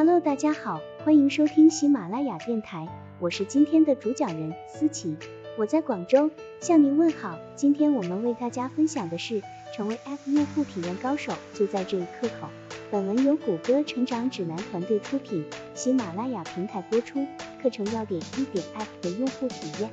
Hello， 大家好，欢迎收听喜马拉雅电台，我是今天的主讲人思琪，我在广州向您问好。今天我们为大家分享的是成为 App 用户体验高手，就在这一刻口。本文由谷歌成长指南团队出品，喜马拉雅平台播出。课程要点1点 App 的用户体验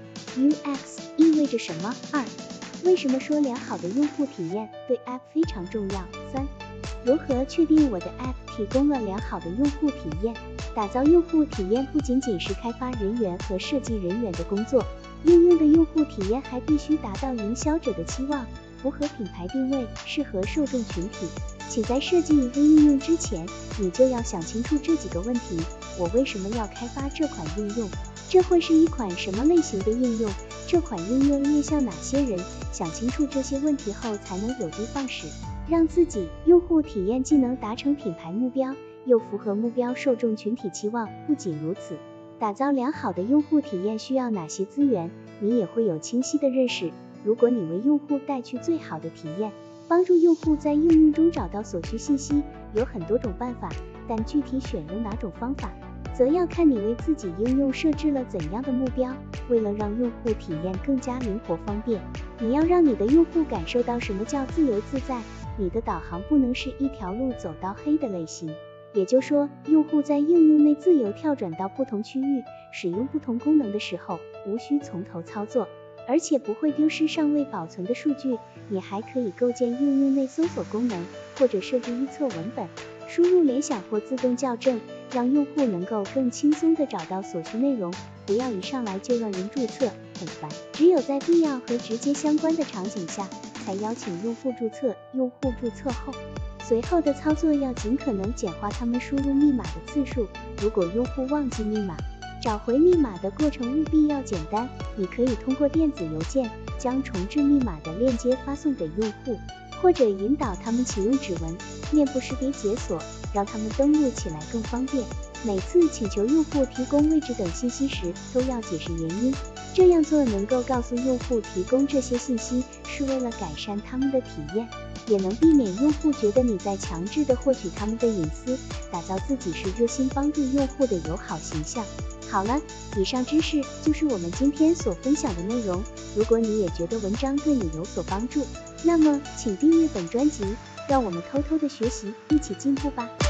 UX 意味着什么？2为什么说良好的用户体验对 App 非常重要？3如何确定我的 App 提供了良好的用户体验？打造用户体验不仅仅是开发人员和设计人员的工作，应用的用户体验还必须达到营销者的期望，符合品牌定位，适合受众群体。请在设计一个应用之前，你就要想清楚这几个问题：我为什么要开发这款应用？这会是一款什么类型的应用？这款应用面向哪些人？想清楚这些问题后，才能有的放矢，让自己用户体验既能达成品牌目标，又符合目标受众群体期望。不仅如此，打造良好的用户体验需要哪些资源，你也会有清晰的认识。如果你为用户带去最好的体验，帮助用户在应用中找到所需信息，有很多种办法，但具体选用哪种方法，则要看你为自己应用设置了怎样的目标。为了让用户体验更加灵活方便，你要让你的用户感受到什么叫自由自在。你的导航不能是一条路走到黑的类型，也就是说，用户在应用内自由跳转到不同区域，使用不同功能的时候，无需从头操作，而且不会丢失尚未保存的数据。你还可以构建应用内搜索功能，或者设置预测文本，输入联想或自动校正，让用户能够更轻松地找到所需内容。不要一上来就让人注册，很烦。只有在必要和直接相关的场景下，才邀请用户注册。用户注册后，随后的操作要尽可能简化他们输入密码的次数。如果用户忘记密码，找回密码的过程务必要简单。你可以通过电子邮件将重置密码的链接发送给用户，或者引导他们启用指纹、面部识别解锁，让他们登录起来更方便。每次请求用户提供位置等信息时，都要解释原因。这样做能够告诉用户提供这些信息是为了改善他们的体验，也能避免用户觉得你在强制地获取他们的隐私，打造自己是热心帮助用户的友好形象。好了，以上知识就是我们今天所分享的内容。如果你也觉得文章对你有所帮助，那么请订阅本专辑，让我们偷偷的学习，一起进步吧。